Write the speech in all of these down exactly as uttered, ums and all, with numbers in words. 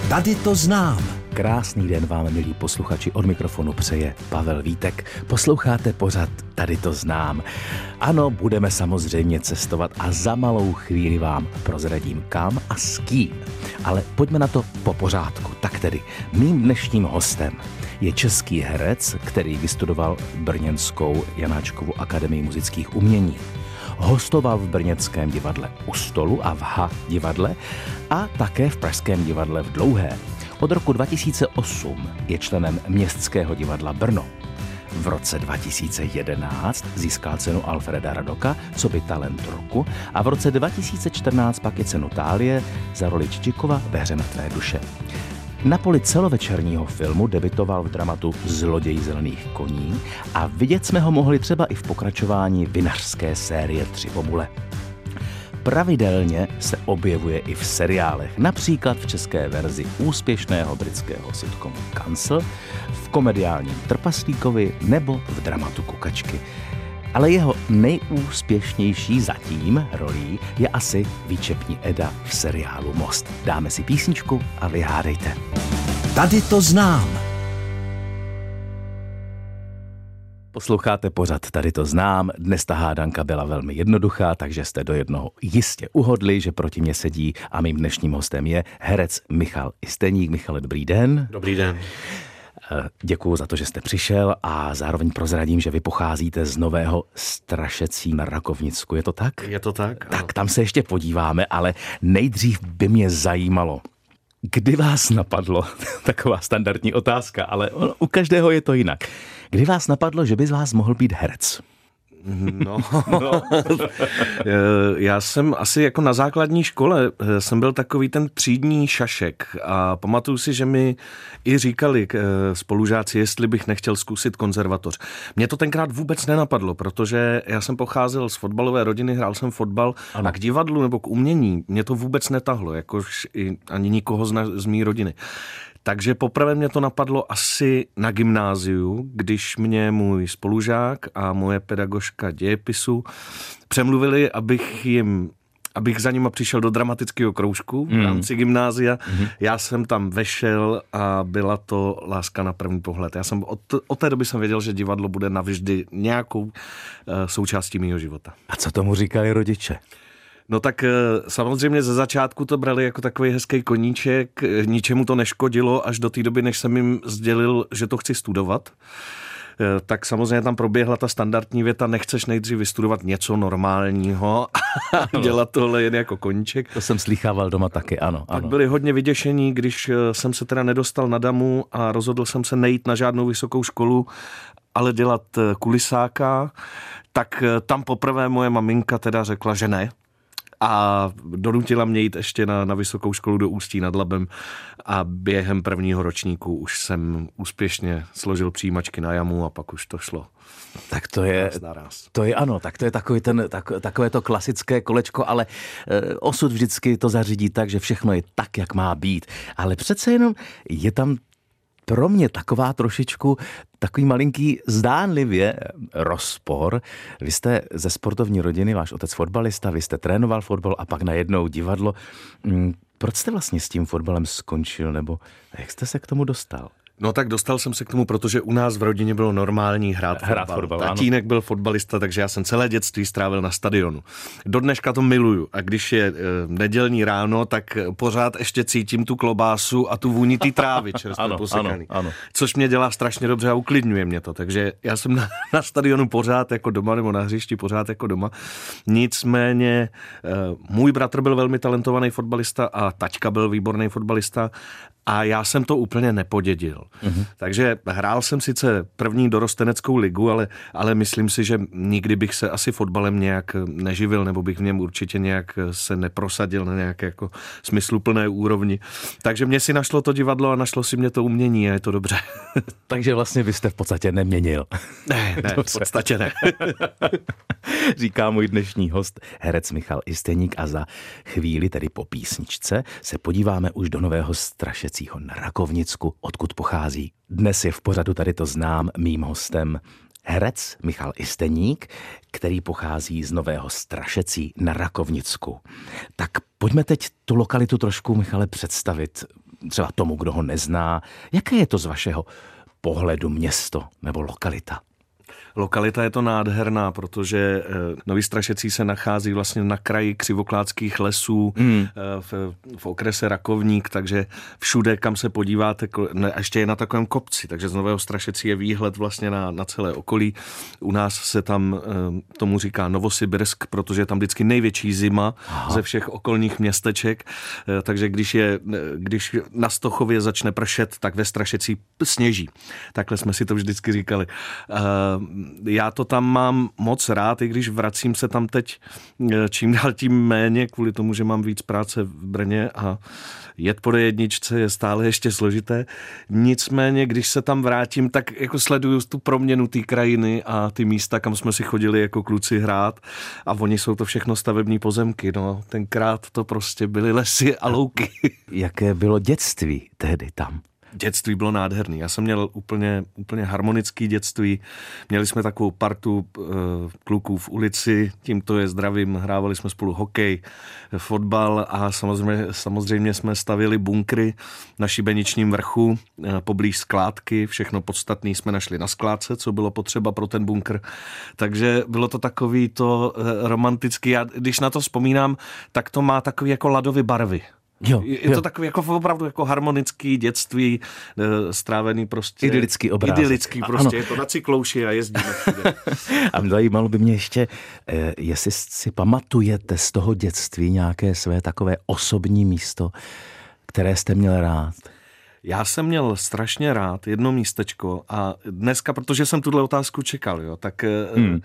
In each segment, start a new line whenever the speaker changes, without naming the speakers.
Tady to znám.
Krásný den vám, milí posluchači, od mikrofonu přeje Pavel Vítek. Posloucháte pořad Tady to znám. Ano, budeme samozřejmě cestovat a za malou chvíli vám prozradím kam a s kým. Ale pojďme na to po pořádku. Tak tedy, mým dnešním hostem je český herec, který vystudoval Brněnskou Janáčkovu akademii muzických umění. Hostoval v brněnském divadle U stolu a v H divadle a také v pražském divadle v Dlouhé. Od roku dva tisíce osm je členem Městského divadla Brno. V roce dva tisíce jedenáct získal cenu Alfreda Radoka coby talent roku a v roce dva tisíce čtrnáct pak je cenu Thálie za roli Čičikova ve Hře mrtvé duše. Na poli celovečerního filmu debutoval v dramatu Zloděj zelených koní a vidět jsme ho mohli třeba i v pokračování vinařské série Tři bobule. Pravidelně se objevuje i v seriálech, například v české verzi úspěšného britského sitcomu Cancel, v komediálním Trpaslíkovi nebo v dramatu Kukačky. Ale jeho nejúspěšnější zatím rolí je asi výčepní Eda v seriálu Most. Dáme si písničku a vy hádejte.
Tady to znám.
Posloucháte pořad Tady to znám. Dnes ta hádanka byla velmi jednoduchá, takže jste do jednoho jistě uhodli, že proti mě sedí a mým dnešním hostem je herec Michal Isteník. Michale, dobrý den.
Dobrý den.
Děkuju za to, že jste přišel a zároveň prozradím, že vy pocházíte z Nového Strašecí na Rakovnicku. Je to tak?
Je to tak.
Tak tam se ještě podíváme, ale nejdřív by mě zajímalo, kdy vás napadlo, taková standardní otázka, ale u každého je to jinak. Kdy vás napadlo, že by z vás mohl být herec?
No, no. Já jsem asi jako na základní škole jsem byl takový ten třídní šašek a pamatuju si, že mi i říkali spolužáci, jestli bych nechtěl zkusit konzervatoř. Mě to tenkrát vůbec nenapadlo, protože já jsem pocházel z fotbalové rodiny, hrál jsem fotbal ano. A k divadlu nebo k umění mě to vůbec netahlo, jakož i ani nikoho z, na, z mý rodiny. Takže poprvé mě to napadlo asi na gymnáziu, když mě můj spolužák a moje pedagožka dějepisu přemluvili, abych jim, abych za nima přišel do dramatického kroužku v rámci mm. gymnázia. Mm. Já jsem tam vešel a byla to láska na první pohled. Já jsem od, od té doby jsem věděl, že divadlo bude navždy nějakou uh, součástí mýho života.
A co tomu říkali rodiče?
No tak samozřejmě ze začátku to brali jako takový hezký koníček, ničemu to neškodilo až do té doby, než jsem jim sdělil, že to chci studovat. Tak samozřejmě tam proběhla ta standardní věta, nechceš nejdřív vystudovat něco normálního a dělat tohle jen jako koníček.
To jsem slýchával doma taky, ano.
Tak
ano.
byli hodně vyděšení, když jsem se teda nedostal na damu a rozhodl jsem se nejít na žádnou vysokou školu, ale dělat kulisáka, tak tam poprvé moje maminka teda řekla, že ne. A donutila mě jít ještě na, na vysokou školu do Ústí nad Labem a během prvního ročníku už jsem úspěšně složil přijímačky na jamu a pak už to šlo.
Tak to je, to je ano, tak to je takový ten, tak, takové to klasické kolečko, ale e, osud vždycky to zařídí tak, že všechno je tak, jak má být. Ale přece jenom je tam pro mě taková trošičku, takový malinký zdánlivě rozpor. Vy jste ze sportovní rodiny, váš otec fotbalista, vy jste trénoval fotbal a pak najednou divadlo. Proč jste vlastně s tím fotbalem skončil, nebo jak jste se k tomu dostal?
No tak dostal jsem se k tomu, protože u nás v rodině bylo normální hrát, hrát fotbal. fotbal. Tatínek ano. byl fotbalista, takže já jsem celé dětství strávil na stadionu. Do dneška to miluju a když je e, nedělní ráno, tak pořád ještě cítím tu klobásu a tu vůni té trávy čerstvě posekaný. Ano, ano. Což mě dělá strašně dobře a uklidňuje mě to, takže já jsem na, na stadionu pořád jako doma nebo na hřišti pořád jako doma. Nicméně e, můj bratr byl velmi talentovaný fotbalista a taťka byl výborný fotbalista a já jsem to úplně nepodědil. Mm-hmm. Takže hrál jsem sice první dorosteneckou ligu, ale, ale myslím si, že nikdy bych se asi fotbalem nějak neživil, nebo bych v něm určitě nějak se neprosadil na nějaké jako smysluplné úrovni. Takže mě si našlo to divadlo a našlo si mě to umění a je to dobře.
Takže vlastně vy jste v podstatě neměnil.
Ne, ne, v podstatě ne.
Říká můj dnešní host, herec Michal Isteník, a za chvíli, tedy po písničce, se podíváme už do Nového Strašecího na Rakovnicku, odkud pochází. Dnes je v pořadu Tady to znám mým hostem herec Michal Isteník, který pochází z Nového Strašecí na Rakovnicku. Tak pojďme teď tu lokalitu trošku, Michale, představit. třeba tomu, kdo ho nezná. Jaké je to z vašeho pohledu město nebo lokalita?
Lokalita je to nádherná, protože Nový Strašecí se nachází vlastně na kraji Křivoklátských lesů mm. v, v okrese Rakovník, takže všude, kam se podíváte, a ještě je na takovém kopci, takže z Nového Strašecí je výhled vlastně na, na celé okolí. U nás se tam tomu říká Novosibirsk, protože je tam vždycky největší zima Aha. ze všech okolních městeček, takže když, je, když na Stochově začne pršet, tak ve Strašecí sněží. Takhle jsme si to vždycky říkali. Já to tam mám moc rád, i když vracím se tam teď čím dál tím méně, kvůli tomu, že mám víc práce v Brně a jet po dé jedničce je stále ještě složité. Nicméně, když se tam vrátím, tak jako sleduju tu proměnu té krajiny a ty místa, kam jsme si chodili jako kluci hrát a oni jsou to všechno stavební pozemky. No, tenkrát to prostě byly lesy a louky.
Jaké bylo dětství tehdy tam?
Dětství bylo nádherný. Já jsem měl úplně, úplně harmonický dětství. Měli jsme takovou partu e, kluků v ulici, tímto je zdravím, hrávali jsme spolu hokej, fotbal a samozřejmě, samozřejmě jsme stavili bunkry na Šibeničním vrchu, e, poblíž skládky. Všechno podstatné jsme našli na skládce, co bylo potřeba pro ten bunkr. Takže bylo to takový to e, romantický. Já, když na to vzpomínám, tak to má takový jako ladový barvy.
Jo,
je to takové jako opravdu jako harmonický dětství, strávený prostě.
Idylický obrázek.
Idylický prostě, ano. Je to na cyklouši a jezdíme všude.
A zajímalo by mě ještě, jestli si pamatujete z toho dětství nějaké své takové osobní místo, které jste měl rád?
Já jsem měl strašně rád jedno místečko a dneska, protože jsem tuhle otázku čekal, jo, tak... Hmm.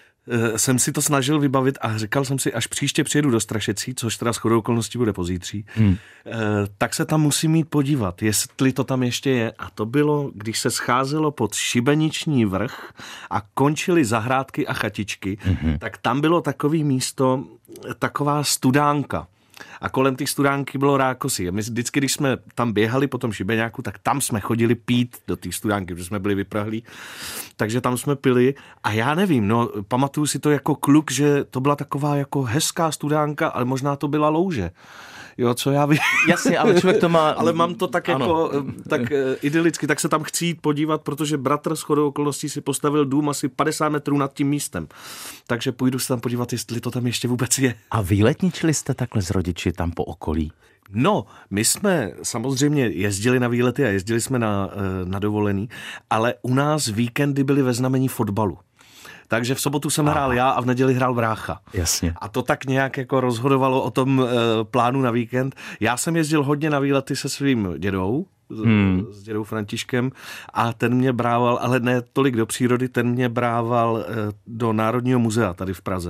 jsem si to snažil vybavit a říkal jsem si, až příště přijedu do Strašecí, což teda shodou okolností bude pozítří, hmm. tak se tam musím jít podívat, jestli to tam ještě je. A to bylo, když se scházelo pod Šibeniční vrch a končily zahrádky a chatičky, hmm. tak tam bylo takový místo, taková studánka. A kolem těch studánky bylo rákosí. A my vždycky, když jsme tam běhali po tom Šibeňáku, tak tam jsme chodili pít do té studánky, protože jsme byli vyprahlí. Takže tam jsme pili a já nevím, no pamatuju si to jako kluk, že to byla taková jako hezká studánka, ale možná to byla louže. Jo, co já vím.
Jasně, ale člověk to má...
ale mám to tak ano. jako tak idylicky, tak se tam chci jít podívat, protože bratr shodou okolností si postavil dům asi padesát metrů nad tím místem. Takže půjdu se tam podívat, jestli to tam ještě vůbec je.
A výletničili jste takhle s rodiči tam po okolí?
No, my jsme samozřejmě jezdili na výlety a jezdili jsme na, na dovolený, ale u nás víkendy byly ve znamení fotbalu. Takže v sobotu jsem hrál já a v neděli hrál brácha.
Jasně.
A to tak nějak jako rozhodovalo o tom e, plánu na víkend. Já jsem jezdil hodně na výlety se svým dědou, hmm. s dědou Františkem a ten mě brával, ale ne tolik do přírody, ten mě brával e, do Národního muzea tady v Praze.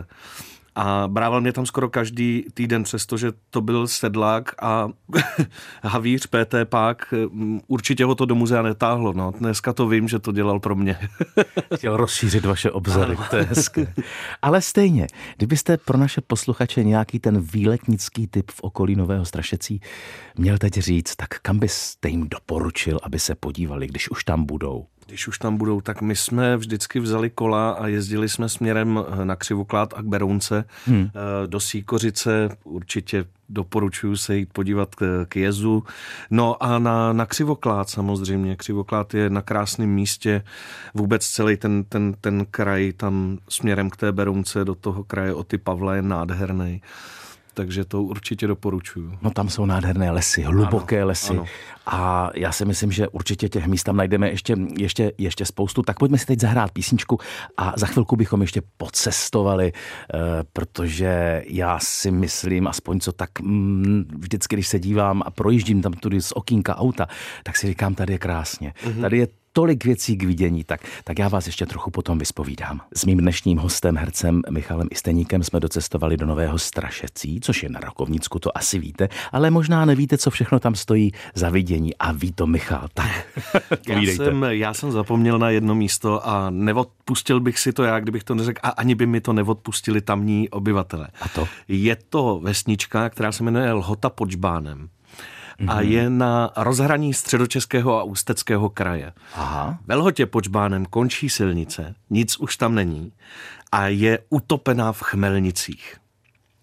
A brával mě tam skoro každý týden, přestože to byl sedlák a havíř, P T pák, určitě ho to do muzea netáhlo. No. Dneska to vím, že to dělal pro mě.
Chtěl rozšířit vaše obzory, to je hezké. Ale stejně, kdybyste pro naše posluchače nějaký ten výletnický typ v okolí Nového Strašecí měl teď říct, tak kam byste jim doporučil, aby se podívali, když už tam budou?
Když už tam budou, tak my jsme vždycky vzali kola a jezdili jsme směrem na Křivoklát a k Berounce, hmm. do Sýkořice, určitě doporučuji se jít podívat k, k jezu. No a na, na Křivoklát samozřejmě. Křivoklát je na krásném místě. Vůbec celý ten, ten, ten kraj tam směrem k té Berounce do toho kraje Oty Pavla je nádherný. Takže to určitě doporučuju.
No tam jsou nádherné lesy, hluboké ano, lesy. Ano. A já si myslím, že určitě těch míst tam najdeme ještě, ještě, ještě spoustu. Tak pojďme si teď zahrát písničku a za chvilku bychom ještě pocestovali, protože já si myslím, aspoň co tak vždycky, když se dívám a projíždím tam tudy z okýnka auta, tak si říkám, tady je krásně. Mm-hmm. Tady je tolik věcí k vidění, tak, tak já vás ještě trochu potom vyspovídám. S mým dnešním hostem, hercem Michalem Isteníkem jsme docestovali do Nového Strašecí, což je na Rakovnicku, to asi víte, ale možná nevíte, co všechno tam stojí za vidění a ví to Michal. Tak,
já, jsem, já jsem zapomněl na jedno místo a neodpustil bych si to já, kdybych to neřekl a ani by mi to neodpustili tamní obyvatele.
A to?
Je to vesnička, která se jmenuje Lhota pod Žbánem. A je na rozhraní Středočeského a Ústeckého kraje.
Aha.
Ve Lhotě pod Žbánem končí silnice, nic už tam není a je utopená v chmelnicích.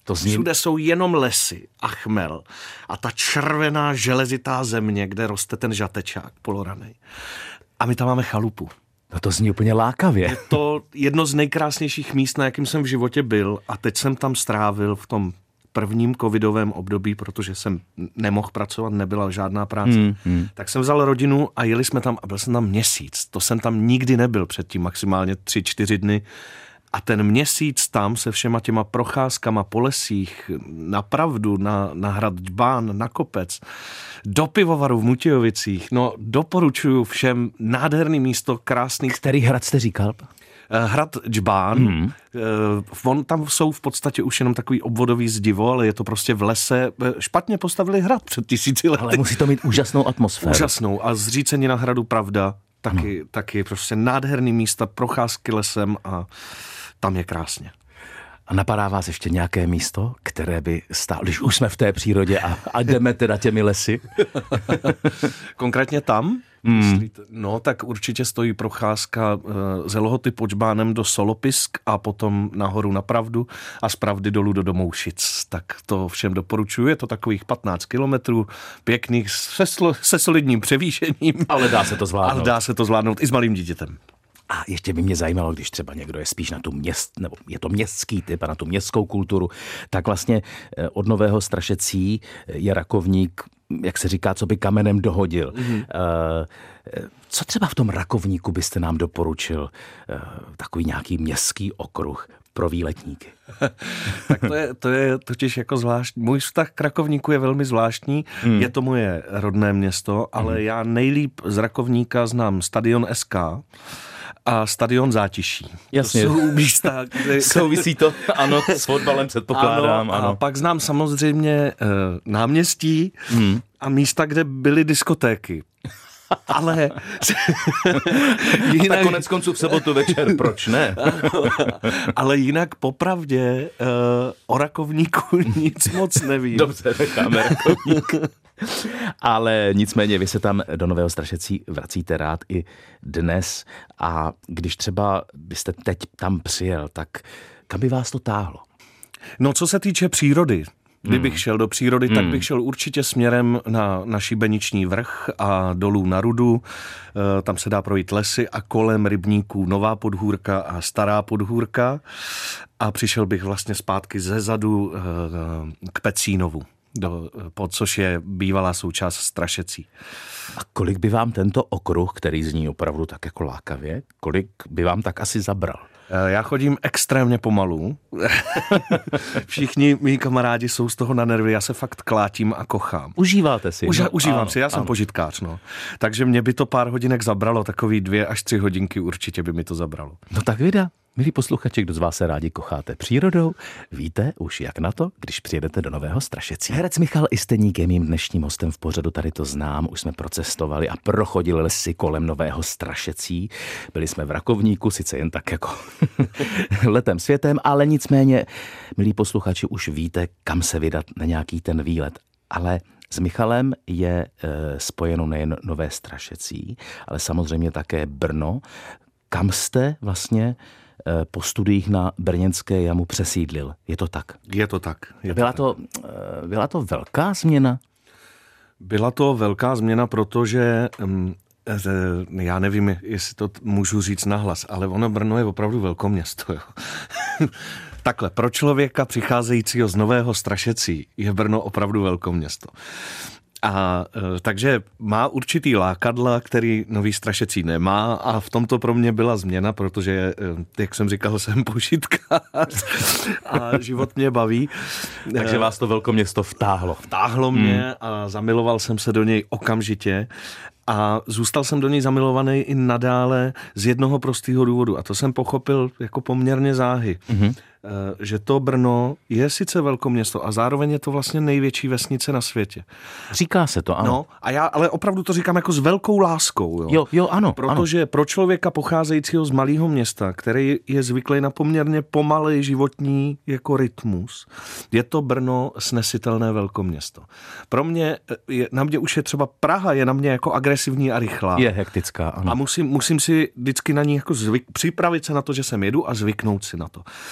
To zní...
Všude jsou jenom lesy a chmel a ta červená železitá země, kde roste ten žatečák poloranej. A my tam máme chalupu.
No to zní úplně lákavě.
Je to jedno z nejkrásnějších míst, na jakým jsem v životě byl a teď jsem tam strávil v tom prvním covidovém období, protože jsem nemohl pracovat, nebyla žádná práce. Hmm, hmm. Tak jsem vzal rodinu a jeli jsme tam a byl jsem tam měsíc. To jsem tam nikdy nebyl předtím, maximálně tři, čtyři dny. A ten měsíc tam se všema těma procházkama po lesích, na Pravdu, na, na hrad Džbán, na kopec, do pivovaru v Mutějovicích. No, doporučuju všem nádherný místo, krásný.
Který hrad jste říkal?
Hrad Džbán. Hmm. On, tam jsou v podstatě už jenom takový obvodový zdivo, ale je to prostě v lese. Špatně postavili hrad před tisíci lety.
Ale musí to mít úžasnou atmosféru.
Úžasnou. A zřícení na hradu Pravda, taky, hmm. taky prostě nádherný místa, procházky lesem a tam je krásně.
A napadá vás ještě nějaké místo, které by stálo, když už jsme v té přírodě a, a jdeme teda těmi lesy?
Konkrétně tam? Hmm. No, tak určitě stojí procházka ze Lhoty pod Džbánem do Solopisk a potom nahoru na Pravdu a z Pravdy dolů do Domoušic. Tak to všem doporučuji. Je to takových patnáct kilometrů, pěkných, se, slo, se solidním převýšením.
Ale dá se to zvládnout.
Ale dá se to zvládnout i s malým dítětem.
A ještě by mě zajímalo, když třeba někdo je spíš na tu měst, nebo je to městský typ a na tu městskou kulturu, tak vlastně od Nového Strašecí je Rakovník, jak se říká, co by kamenem dohodil. Mm-hmm. Co třeba v tom Rakovníku byste nám doporučil? Takový nějaký městský okruh pro výletníky.
Tak to je, to je totiž jako zvláštní. Můj vztah k Rakovníku je velmi zvláštní. Mm. Je to moje rodné město, ale mm. já nejlíp z Rakovníka znám Stadion S K a Stadion Zátiší.
Jasně.
To jsou místa, kde...
Souvisí to, ano, s fotbalem předpokládám.
Ano, ano. A pak znám samozřejmě uh, náměstí mm. a místa, kde byly diskotéky. Ale...
jinak... A tak konec konců v sobotu večer, proč ne?
Ale jinak popravdě uh, o Rakovníku nic moc nevím.
Dobře, necháme Rakovník. Ale nicméně vy se tam do Nového Strašecí vracíte rád i dnes a když třeba byste teď tam přijel, tak kam by vás to táhlo?
No, co se týče přírody, kdybych hmm. šel do přírody, tak bych šel určitě směrem na, na Šibeniční vrch a dolů na Rudu. E, tam se dá projít lesy a kolem rybníků Nová Podhůrka a Stará Podhůrka. A přišel bych vlastně zpátky ze zadu e, k Pecínovu, do, pod což je bývalá součást Strašecí.
A kolik by vám tento okruh, který zní opravdu tak jako lákavě, kolik by vám tak asi zabral?
Já chodím extrémně pomalu. Všichni mý kamarádi jsou z toho na nervy, já se fakt klátím a kochám.
Užíváte si?
Už,
no,
užívám
ano,
si, já jsem
ano.
požitkář, no. Takže mě by to pár hodinek zabralo, takový dvě až tři hodinky určitě by mi to zabralo.
No tak vida. Milí posluchači, kdo z vás se rádi kocháte přírodou, víte už jak na to, když přijedete do Nového Strašecí. Herec Michal Isteník je mým dnešním hostem v pořadu, tady to znám, už jsme procestovali a prochodili lesy kolem Nového Strašecí. Byli jsme v Rakovníku, sice jen tak jako letem světem, ale nicméně, milí posluchači, už víte, kam se vydat na nějaký ten výlet. Ale s Michalem je e, spojeno nejen Nové Strašecí, ale samozřejmě také Brno. Kam jste vlastně po studiích na Brněnské jamu přesídlil. Je to tak?
Je to tak. Je
byla,
to
to, tak. byla to velká změna?
Byla to velká změna, protože já nevím, jestli to můžu říct nahlas, ale ono Brno je opravdu velkoměsto. Jo. Takhle, pro člověka přicházejícího z Nového Strašecí je Brno opravdu velkoměsto. A takže má určitý lákadla, který Nový Strašecí nemá a v tomto pro mě byla změna, protože, jak jsem říkal, jsem požitkář a život mě baví.
Takže vás to velkoměsto vtáhlo.
Vtáhlo mě hmm. a zamiloval jsem se do něj okamžitě. A zůstal jsem do něj zamilovaný i nadále z jednoho prostého důvodu. A to jsem pochopil jako poměrně záhy. Mm-hmm. Že to Brno je sice velkoměsto a zároveň je to vlastně největší vesnice na světě.
Říká se to, ano.
No, a já ale opravdu to říkám jako s velkou láskou. Jo,
jo, jo ano.
Protože
ano.
pro člověka pocházejícího z malého města, který je zvyklý na poměrně pomalej životní jako rytmus, je to Brno snesitelné velkoměsto. Pro mě, je, na mě už je třeba Praha, je na mě jako agresivní a rychlá.
Je hektická, ano.
A musím, musím si vždycky na ní jako zvyk, připravit se na to, že sem jedu a zvyknout si na to. Že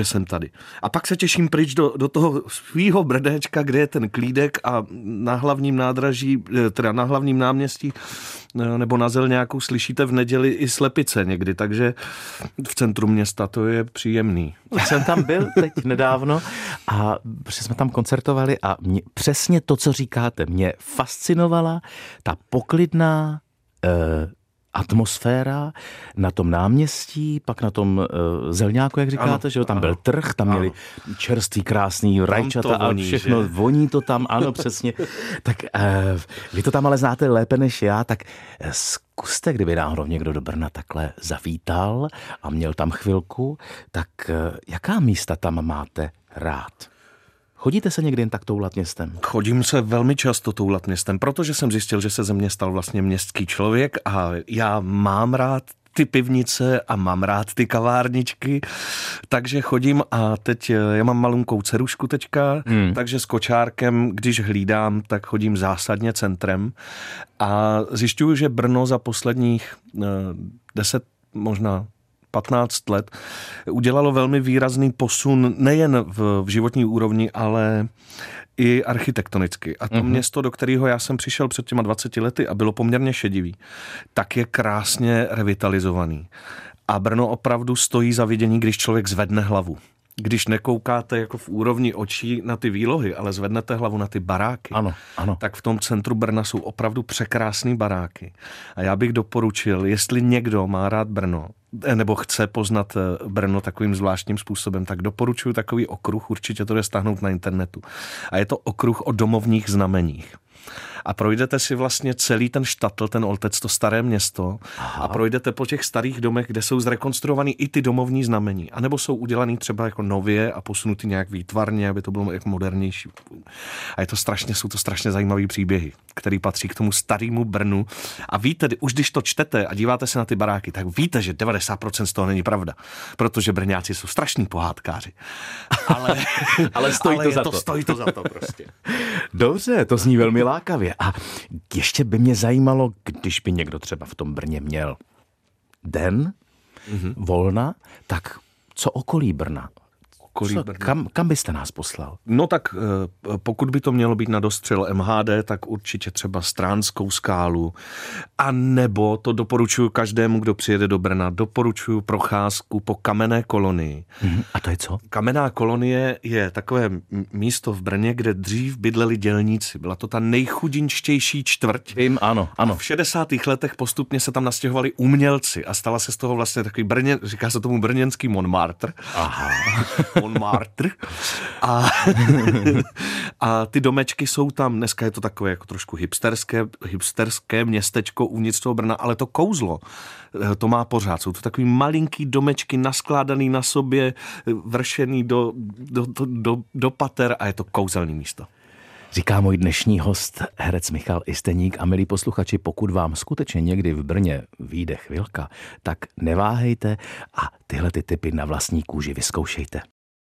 jsem tady. A pak se těším pryč do, do toho svýho Brnéčka, kde je ten klídek a na hlavním nádraží, teda na hlavním náměstí nebo na Zelňáku slyšíte v neděli i slepice někdy, takže v centru města to je příjemný.
Já jsem tam byl teď nedávno a protože jsme tam koncertovali a mě, přesně to, co říkáte, mě fascinovala ta poklidná eh, atmosféra na tom náměstí, pak na tom uh, Zelňáku, jak říkáte, ano, že jo, tam ano, byl trh, tam ano. měli čerstvý, krásný rajčata a všechno, že? Voní to tam, ano, přesně. Tak uh, vy to tam ale znáte lépe než já, tak zkuste, kdyby náhodou někdo do Brna takhle zavítal a měl tam chvilku, tak uh, jaká místa tam máte rád? Chodíte se někdy jen tak toulat městem?
Chodím se velmi často toulat městem, protože jsem zjistil, že se ze mě stal vlastně městský člověk a já mám rád ty pivnice a mám rád ty kavárničky, takže chodím a teď já mám malunkou dcerušku teďka, hmm. takže s kočárkem, když hlídám, tak chodím zásadně centrem a zjišťuju, že Brno za posledních deset, možná patnáct let udělalo velmi výrazný posun nejen v, v životní úrovni, ale i architektonicky. A to mm-hmm. město, do kterého já jsem přišel před těma dvaceti lety a bylo poměrně šedivý, tak je krásně revitalizovaný. A Brno opravdu stojí za vidění, když člověk zvedne hlavu. Když nekoukáte jako v úrovni očí na ty výlohy, ale zvednete hlavu na ty baráky,
ano, ano.
tak v tom centru Brna jsou opravdu překrásný baráky. A já bych doporučil, jestli někdo má rád Brno, nebo chce poznat Brno takovým zvláštním způsobem, tak doporučuji takový okruh, určitě to jde stáhnout na internetu. A je to okruh o domovních znameních. A projdete si vlastně celý ten štatl, ten Oltec, to staré město. Aha. A projdete po těch starých domech, kde jsou zrekonstruovaný i ty domovní znamení. A nebo jsou udělaný třeba jako nově a posunutý nějak výtvarně, aby to bylo jako modernější. A je to strašně, jsou to strašně zajímavý příběhy, který patří k tomu starému Brnu. A víte, už když to čtete a díváte se na ty baráky, tak víte, že devadesát procent z toho není pravda. Protože Brňáci jsou strašní pohádkáři. Ale,
ale stojí
ale
to za
to.
to.
Stojí to za to prostě.
Dobře, to zní velmi lákavě. A ještě by mě zajímalo, když by někdo třeba v tom Brně měl den mm-hmm. volna, tak co okolí Brna? Co, kam, kam byste nás poslal?
No tak pokud by to mělo být na dostřel M H D, tak určitě třeba Stránskou skálu. A nebo to doporučuji každému, kdo přijede do Brna. Doporučuji procházku po Kamenné kolonii.
Hmm, a to je co?
Kamenná kolonie je takové místo v Brně, kde dřív bydleli dělníci. Byla to ta nejchudinčtější čtvrť.
Vím, ano, ano.
A v šedesátých letech postupně se tam nastěhovali umělci a stala se z toho vlastně takový Brně, říká se tomu brněnský Montmartre.
Aha.
Montmartre. A, a ty domečky jsou tam, dneska je to takové jako trošku hipsterské, hipsterské městečko uvnitř toho Brna, ale to kouzlo, to má pořád. Jsou to takový malinký domečky naskládaný na sobě, vršený do, do, do, do, do pater a je to kouzelný místo.
Říká můj dnešní host, herec Michal Isteník. A milí posluchači, pokud vám skutečně někdy v Brně vyjde chvilka, tak neváhejte a tyhle ty tipy na vlastní kůži vyzkoušejte.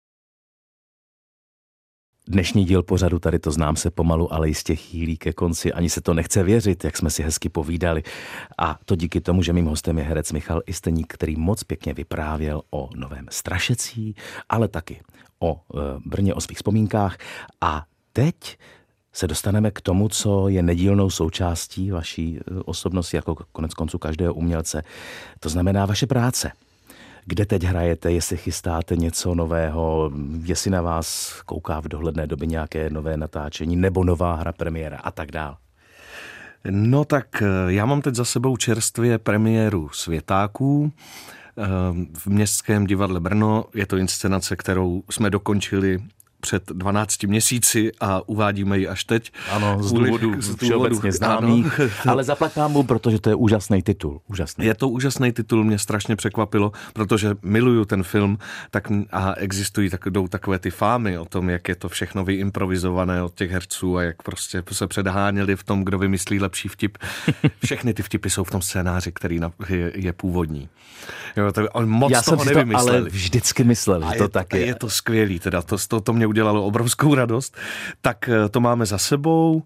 Dnešní díl pořadu Tady to znám se pomalu, ale jistě chýlí ke konci. Ani se to nechce věřit, jak jsme si hezky povídali. A to díky tomu, že mým hostem je herec Michal Isteník, který moc pěkně vyprávěl o Novém Strašecí, ale taky o e, Brně, o svých vzpomínkách. A teď se dostaneme k tomu, co je nedílnou součástí vaší osobnosti, jako konec konců každého umělce. To znamená vaše práce. Kde teď hrajete, jestli chystáte něco nového, jestli na vás kouká v dohledné době nějaké nové natáčení nebo nová hra, premiéra a tak dál.
No tak já mám teď za sebou čerstvě premiéru Světáků v Městském divadle Brno. Je to inscenace, kterou jsme dokončili před dvanácti měsíci a uvádíme ji až teď.
Ano, z důvodu všeobecně známých, ale zaplať pámbu, protože to je úžasný titul. Úžasný.
Je to úžasný titul, mě strašně překvapilo, protože miluju ten film tak a existují tak, jdou takové ty fámy o tom, jak je to všechno vyimprovizované od těch herců a jak prostě se předháněli v tom, kdo vymyslí lepší vtip. Všechny ty vtipy jsou v tom scénáři, který je, je původní. Jo, to, on moc
Já
toho
jsem si to
nevymysleli.
ale vždycky myslel, že to
je,
tak je.
Je to skvělý, teda to, to, to mě udělalo obrovskou radost. Tak to máme za sebou.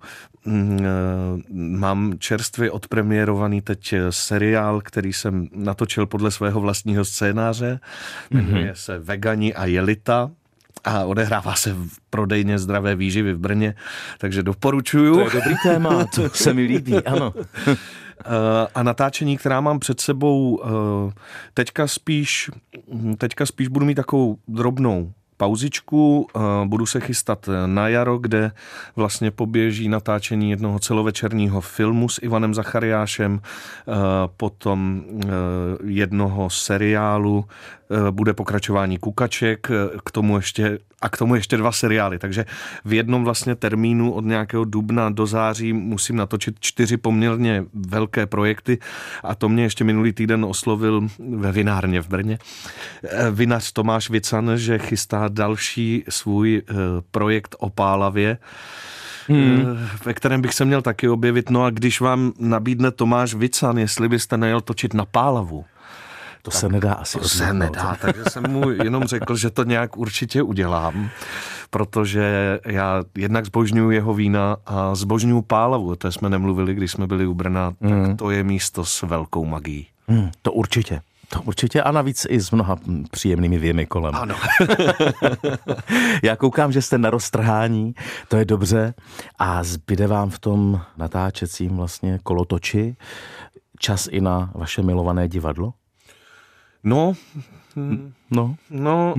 Mám čerstvě odpremiérovaný teď seriál, který jsem natočil podle svého vlastního scénáře. Jmenuje se Vegani a jelita. A odehrává se v prodejně Zdravé výživy v Brně, takže doporučuju.
To je dobrý téma, to se mi líbí, ano.
A natáčení, která mám před sebou, teďka spíš, teďka spíš budu mít takovou drobnou pauzičku, budu se chystat na jaro, kde vlastně poběží natáčení jednoho celovečerního filmu s Ivanem Zachariášem, potom jednoho seriálu, bude pokračování Kukaček, k tomu ještě, a k tomu ještě dva seriály. Takže v jednom vlastně termínu od nějakého dubna do září musím natočit čtyři poměrně velké projekty a to mě ještě minulý týden oslovil ve vinárně v Brně. Vinař Tomáš Vican, že chystá další svůj projekt o Pálavě, Hmm. ve kterém bych se měl taky objevit. No a když vám nabídne Tomáš Vican, jestli byste nejel točit na Pálavu,
to tak se nedá asi
To se nedá, takže jsem mu jenom řekl, že to nějak určitě udělám, protože já jednak zbožňuju jeho vína a zbožňuju Pálavu, o té jsme nemluvili, když jsme byli u Brna, hmm. tak to je místo s velkou magií.
Hmm, to určitě. To určitě a navíc i s mnoha příjemnými věmi kolem.
Ano.
Já koukám, že jste na roztrhání, to je dobře a zbyde vám v tom natáčecím vlastně kolotoči čas i na vaše milované divadlo?
No,
no,
no,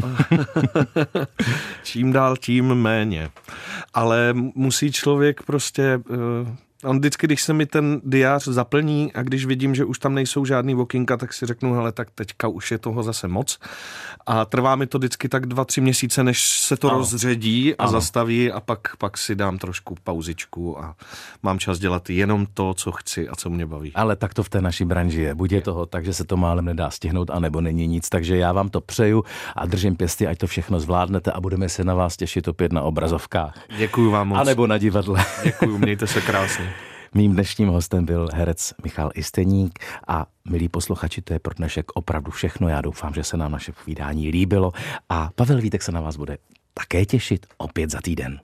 čím dál tím méně. Ale musí člověk prostě... On vždycky, když se mi ten diář zaplní a když vidím, že už tam nejsou žádný okýnka, tak si řeknu, hele, tak teďka už je toho zase moc. A trvá mi to vždycky tak dva, tři měsíce, než se to ano. rozředí a ano. zastaví a pak, pak si dám trošku pauzičku a mám čas dělat jenom to, co chci a co mě baví.
Ale tak to v té naší branži je. Buď je toho tak, že se to málem nedá stihnout, anebo není nic. Takže já vám to přeju a držím pěsty, ať to všechno zvládnete a budeme se na vás těšit opět na obrazovkách.
Děkuju vám moc.
A nebo na divadle.
Děkuju, mějte se krásně.
Mým dnešním hostem byl herec Michal Isteník a milí posluchači, to je pro dnešek opravdu všechno. Já doufám, že se nám naše povídání líbilo a Pavel Vítek se na vás bude také těšit opět za týden.